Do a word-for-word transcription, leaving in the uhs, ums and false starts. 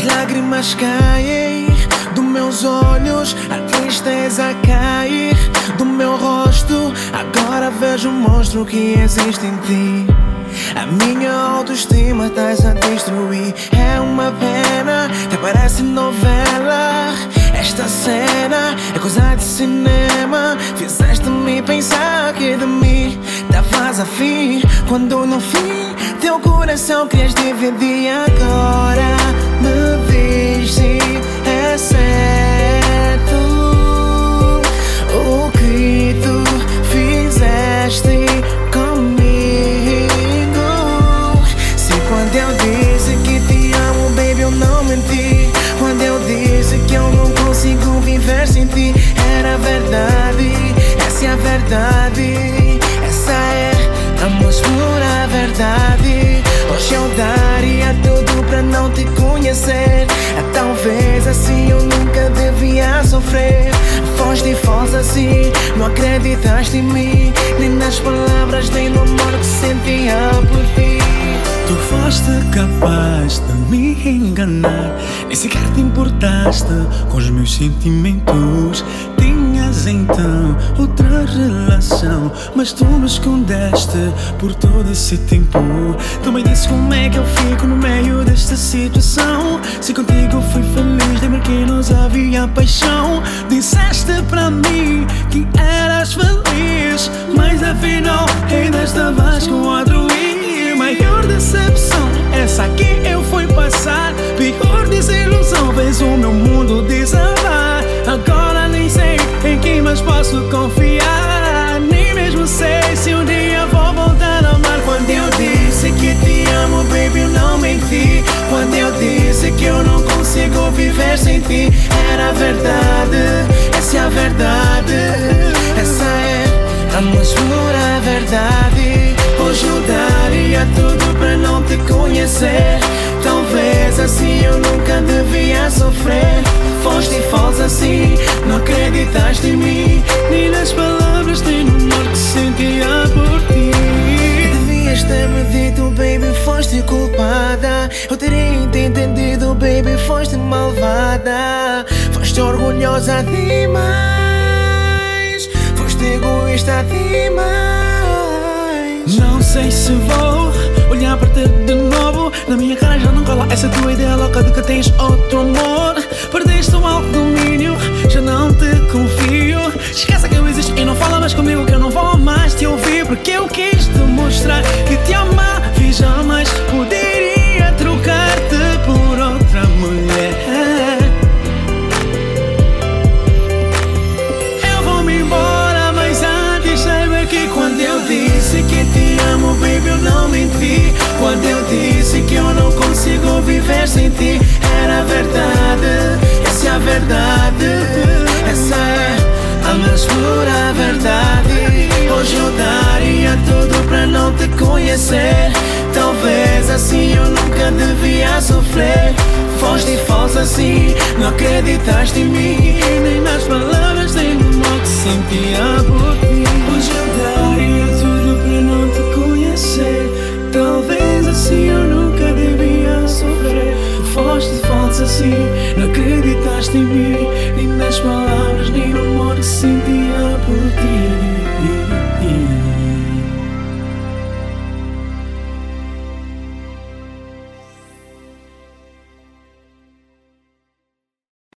lágrimas caem dos meus olhos, a tristeza a cair do meu rosto. Agora vejo o monstro que existe em ti. A minha autoestima estás a destruir. É uma pena, até parece novela. Esta cena é coisa de cinema. Fizeste-me pensar que de mim davas a fim, quando no fim teu coração querias dividir. Agora me diz se é certo o que tu fizeste comigo. Se quando eu disse que te amo, baby, eu não menti. Quando eu disse que eu não consigo viver sem ti, era verdade, essa é a verdade. Essa é a mais pura verdade. Hoje eu daria tudo pra não te conhecer. Talvez assim eu nunca devia sofrer. Foste falsa assim, não acreditaste em mim, nem nas palavras, nem no amor que sentia por ti. Tu foste capaz de me enganar, nem sequer te importaste com os meus sentimentos. Tinhas então outra relação, mas tu me escondeste por todo esse tempo. Tu me disse como é que eu fico no meio desta situação. Se contigo fui feliz, lembro que nos havia paixão. Disseste pra mim que eras feliz, mas afinal ainda estavas com outro. E maior decepção, essa aqui eu fui passar. Pior desilusão, fez o meu mundo desabar. Agora nem sei em quem mais posso confiar. Nem mesmo sei se um dia vou voltar a amar. Quando eu disse que te amo, baby, eu não menti. Quando eu disse que eu não consigo viver sem ti, era verdade, essa é a verdade. Essa é a mais pura verdade. Hoje eu daria tudo pra não te conhecer. Talvez assim eu nunca devia sofrer. Foste falsa assim, não acreditaste em mim, nem nas palavras, nem no amor que sentia por ti. Devias ter me dito, baby, foste culpada. Eu teria entendido, baby, foste malvada. Foste orgulhosa demais, foste egoísta demais. Não sei se vou olhar para ti de novo. Na minha cara já não cola essa tua ideia louca de que tens outro amor. Perdeste o autodomínio, já não te confio. Esquece que eu existo e não fala mais comigo, que eu não vou mais te ouvir. Porque eu quis demonstrar que te amava e jamais poderia trocar-te por outra mulher. Eu vou-me embora, mas antes saiba que quando eu disse que te amo, baby, eu não menti. Quando eu disse que eu não consigo viver sem ti, era verdade, essa é a verdade. Essa é a mais pura verdade. Hoje eu daria tudo pra não te conhecer. Talvez assim eu nunca devia sofrer. Foste falsa assim, não acreditaste em mim, nem nas palavras, nem no amor que sentia por ti. Hoje eu daria tudo pra não te conhecer. Talvez assim eu nunca devia sofrer. Foste falsa assim, não acreditaste em mim.